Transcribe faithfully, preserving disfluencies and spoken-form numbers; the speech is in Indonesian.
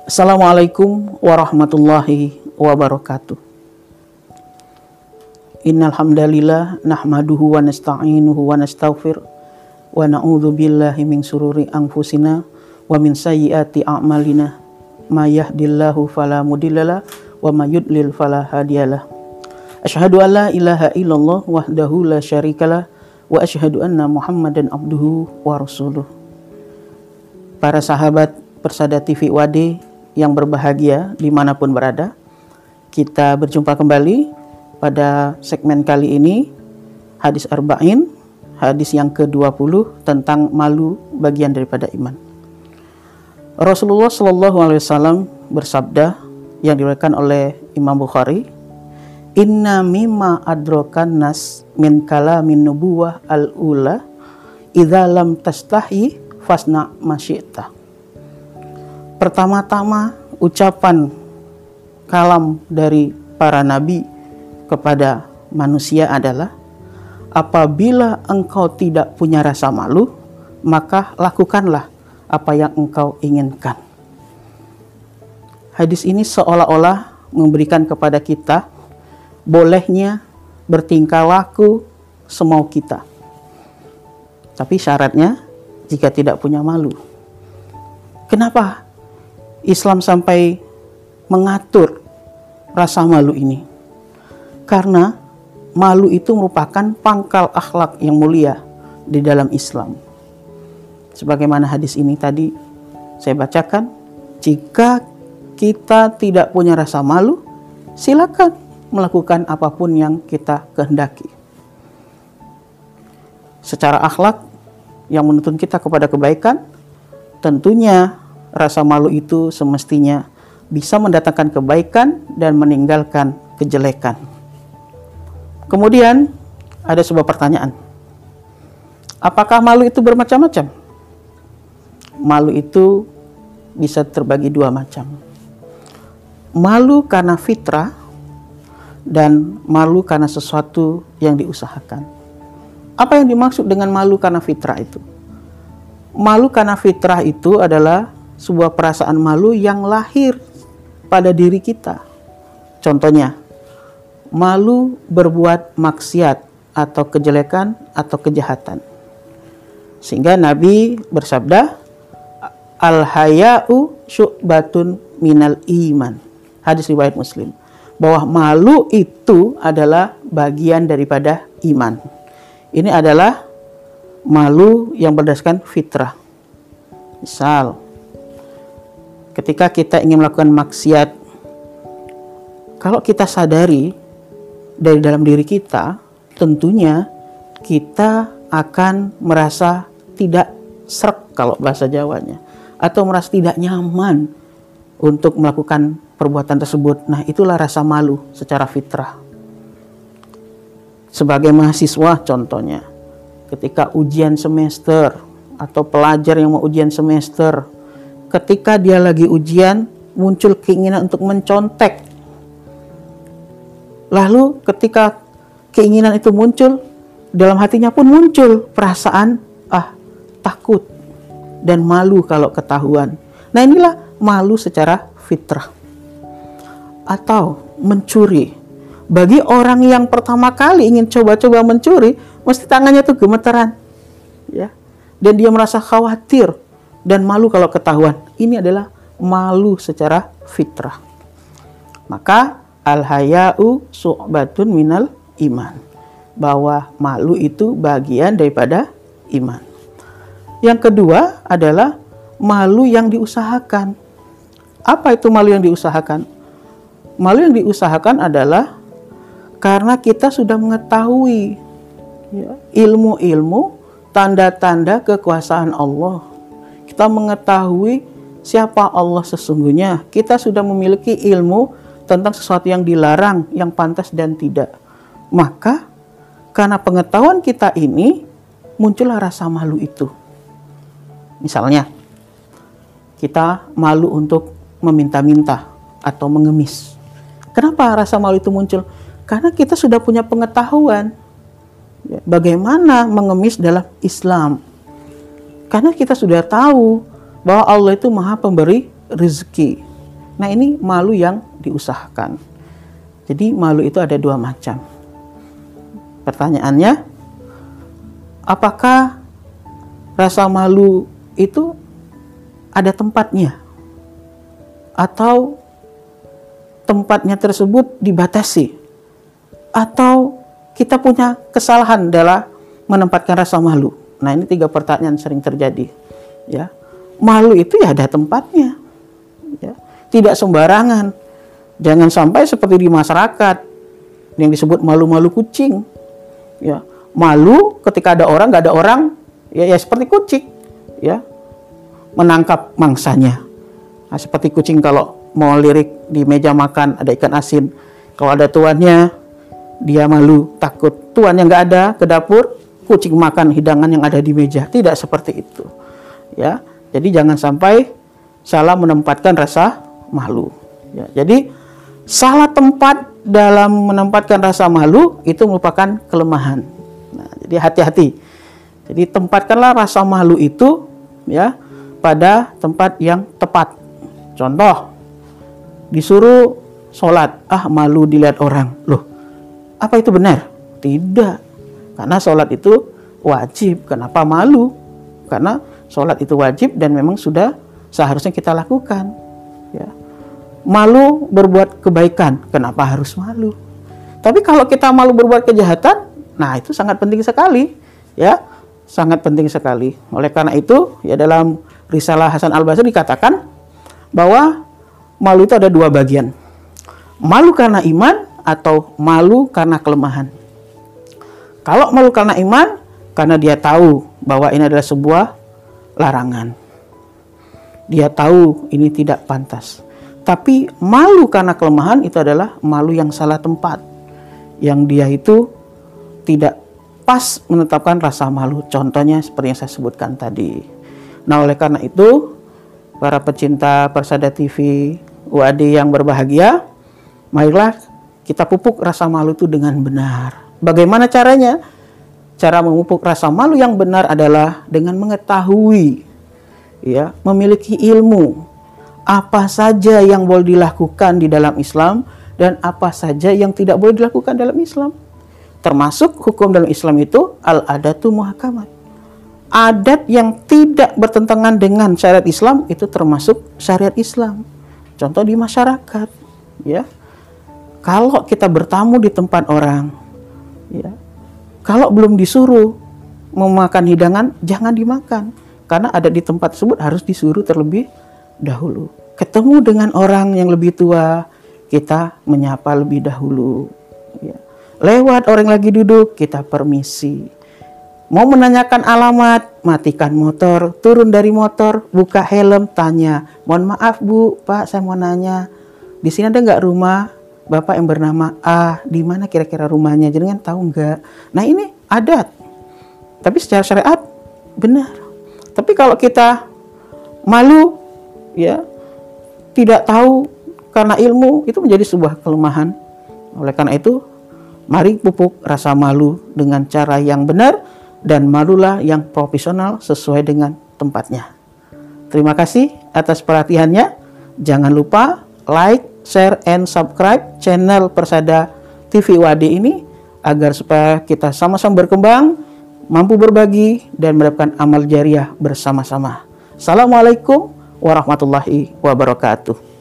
Assalamualaikum warahmatullahi wabarakatuh. Innal hamdalillah nahmaduhu wa nasta'inuhu wa nastaghfir wa na'udzu billahi min sururi anfusina wa min sayyiati a'malina. May yahdihillahu fala mudhillalah wa may yudlil fala hadiyalah. Asyhadu an la ilaha illallah wahdahu la syarikalah wa asyhadu anna Muhammadan abduhu wa rasuluh. Para sahabat Persada T V Wade yang berbahagia dimanapun berada, kita berjumpa kembali pada segmen kali ini, hadis arba'in, hadis yang ke dua puluh tentang malu bagian daripada iman. Rasulullah Shallallahu Alaihi Wasallam bersabda yang diriwayatkan oleh Imam Bukhari, Inna mimma adrokan nas min kalamin nubuwah al-ula idza lam tastahi fasna masyita. Pertama-tama ucapan kalam dari para nabi kepada manusia adalah, apabila engkau tidak punya rasa malu, maka lakukanlah apa yang engkau inginkan. Hadis ini seolah-olah memberikan kepada kita bolehnya bertingkah laku semau kita. Tapi syaratnya jika tidak punya malu. Kenapa Islam sampai mengatur rasa malu ini? Karena malu itu merupakan pangkal akhlak yang mulia di dalam Islam. Sebagaimana hadis ini tadi saya bacakan, jika kita tidak punya rasa malu, silakan melakukan apapun yang kita kehendaki. Secara akhlak yang menuntun kita kepada kebaikan, tentunya rasa malu itu semestinya bisa mendatangkan kebaikan dan meninggalkan kejelekan. Kemudian ada sebuah pertanyaan. Apakah malu itu bermacam-macam? Malu itu bisa terbagi dua macam. Malu karena fitrah dan malu karena sesuatu yang diusahakan. Apa yang dimaksud dengan malu karena fitrah itu? Malu karena fitrah itu adalah sebuah perasaan malu yang lahir pada diri kita. Contohnya, malu berbuat maksiat atau kejelekan atau kejahatan. Sehingga Nabi bersabda, Al-haya'u syu'batun minal iman. Hadis riwayat Muslim. Bahwa malu itu adalah bagian daripada iman. Ini adalah malu yang berdasarkan fitrah. Misal, ketika kita ingin melakukan maksiat, kalau kita sadari dari dalam diri kita, tentunya kita akan merasa tidak srek kalau bahasa Jawanya, atau merasa tidak nyaman untuk melakukan perbuatan tersebut. Nah, itulah rasa malu secara fitrah. Sebagai mahasiswa contohnya, ketika ujian semester atau pelajar yang mau ujian semester, ketika dia lagi ujian muncul keinginan untuk mencontek. Lalu ketika keinginan itu muncul, dalam hatinya pun muncul perasaan ah takut dan malu kalau ketahuan. Nah, inilah malu secara fitrah. Atau mencuri. Bagi orang yang pertama kali ingin coba-coba mencuri, mesti tangannya tuh gemeteran. Ya. Dan dia merasa khawatir dan malu kalau ketahuan. Ini adalah malu secara fitrah. Maka al-haya'u su'batun minal iman. Bahwa malu itu bagian daripada iman. Yang kedua adalah malu yang diusahakan. Apa itu malu yang diusahakan? Malu yang diusahakan adalah karena kita sudah mengetahui ya, ilmu-ilmu, tanda-tanda kekuasaan Allah. Kita mengetahui siapa Allah sesungguhnya. Kita sudah memiliki ilmu tentang sesuatu yang dilarang, yang pantas dan tidak. Maka karena pengetahuan kita ini, muncullah rasa malu itu. Misalnya, kita malu untuk meminta-minta atau mengemis. Kenapa rasa malu itu muncul? Karena kita sudah punya pengetahuan bagaimana mengemis dalam Islam. Karena kita sudah tahu bahwa Allah itu Maha Pemberi rezeki. Nah, ini malu yang diusahakan. Jadi malu itu ada dua macam. Pertanyaannya, apakah rasa malu itu ada tempatnya? Atau tempatnya tersebut dibatasi? Atau kita punya kesalahan dalam menempatkan rasa malu? Nah, ini tiga pertanyaan sering terjadi. Ya, malu itu ya ada tempatnya. Ya, tidak sembarangan. Jangan sampai seperti di masyarakat yang disebut malu-malu kucing. Ya, malu ketika ada orang, nggak ada orang, ya, ya seperti kucing, ya, menangkap mangsanya. Nah, seperti kucing kalau mau lirik di meja makan ada ikan asin, kalau ada tuannya dia malu, takut tuannya nggak ada ke dapur, kucing makan hidangan yang ada di meja. Tidak seperti itu, ya. Jadi jangan sampai salah menempatkan rasa malu. Ya, jadi salah tempat dalam menempatkan rasa malu itu merupakan kelemahan. Nah, jadi hati-hati. Jadi tempatkanlah rasa malu itu, ya, pada tempat yang tepat. Contoh, disuruh sholat, ah malu dilihat orang. Loh, apa itu benar? Tidak. Karena sholat itu wajib. Kenapa malu? Karena sholat itu wajib dan memang sudah seharusnya kita lakukan. Ya. Malu berbuat kebaikan. Kenapa harus malu? Tapi kalau kita malu berbuat kejahatan, nah itu sangat penting sekali. Ya, sangat penting sekali. Oleh karena itu, ya dalam Risalah Hasan Al-Basri dikatakan bahwa malu itu ada dua bagian. Malu karena iman atau malu karena kelemahan. Kalau malu karena iman, karena dia tahu bahwa ini adalah sebuah larangan. Dia tahu ini tidak pantas. Tapi malu karena kelemahan itu adalah malu yang salah tempat. Yang dia itu tidak pas menetapkan rasa malu. Contohnya seperti yang saya sebutkan tadi. Nah, oleh karena itu, para pecinta Persada T V U A D yang berbahagia, marilah kita pupuk rasa malu itu dengan benar. Bagaimana caranya? Cara memupuk rasa malu yang benar adalah dengan mengetahui, ya, memiliki ilmu apa saja yang boleh dilakukan di dalam Islam dan apa saja yang tidak boleh dilakukan dalam Islam. Termasuk hukum dalam Islam itu al-adatu muhakamat. Adat yang tidak bertentangan dengan syariat Islam itu termasuk syariat Islam. Contoh di masyarakat, ya. Kalau kita bertamu di tempat orang, ya, kalau belum disuruh memakan hidangan, jangan dimakan. Karena ada di tempat tersebut harus disuruh terlebih dahulu. Ketemu dengan orang yang lebih tua, kita menyapa lebih dahulu. Ya. Lewat orang lagi duduk, kita permisi. Mau menanyakan alamat, matikan motor, turun dari motor, buka helm, tanya, mohon maaf Bu, Pak, saya mau nanya, di sini ada nggak rumah Bapak yang bernama A? Di mana kira-kira rumahnya? Jangan tahu nggak? Nah, ini adat, tapi secara syariat benar. Tapi kalau kita malu, ya, tidak tahu karena ilmu, itu menjadi sebuah kelemahan. Oleh karena itu, mari pupuk rasa malu dengan cara yang benar. Dan malulah yang profesional sesuai dengan tempatnya. Terima kasih atas perhatiannya. Jangan lupa like, share, and subscribe channel Persada T V U A D ini agar supaya kita sama-sama berkembang, mampu berbagi, dan mendapatkan amal jariah bersama-sama. Assalamualaikum warahmatullahi wabarakatuh.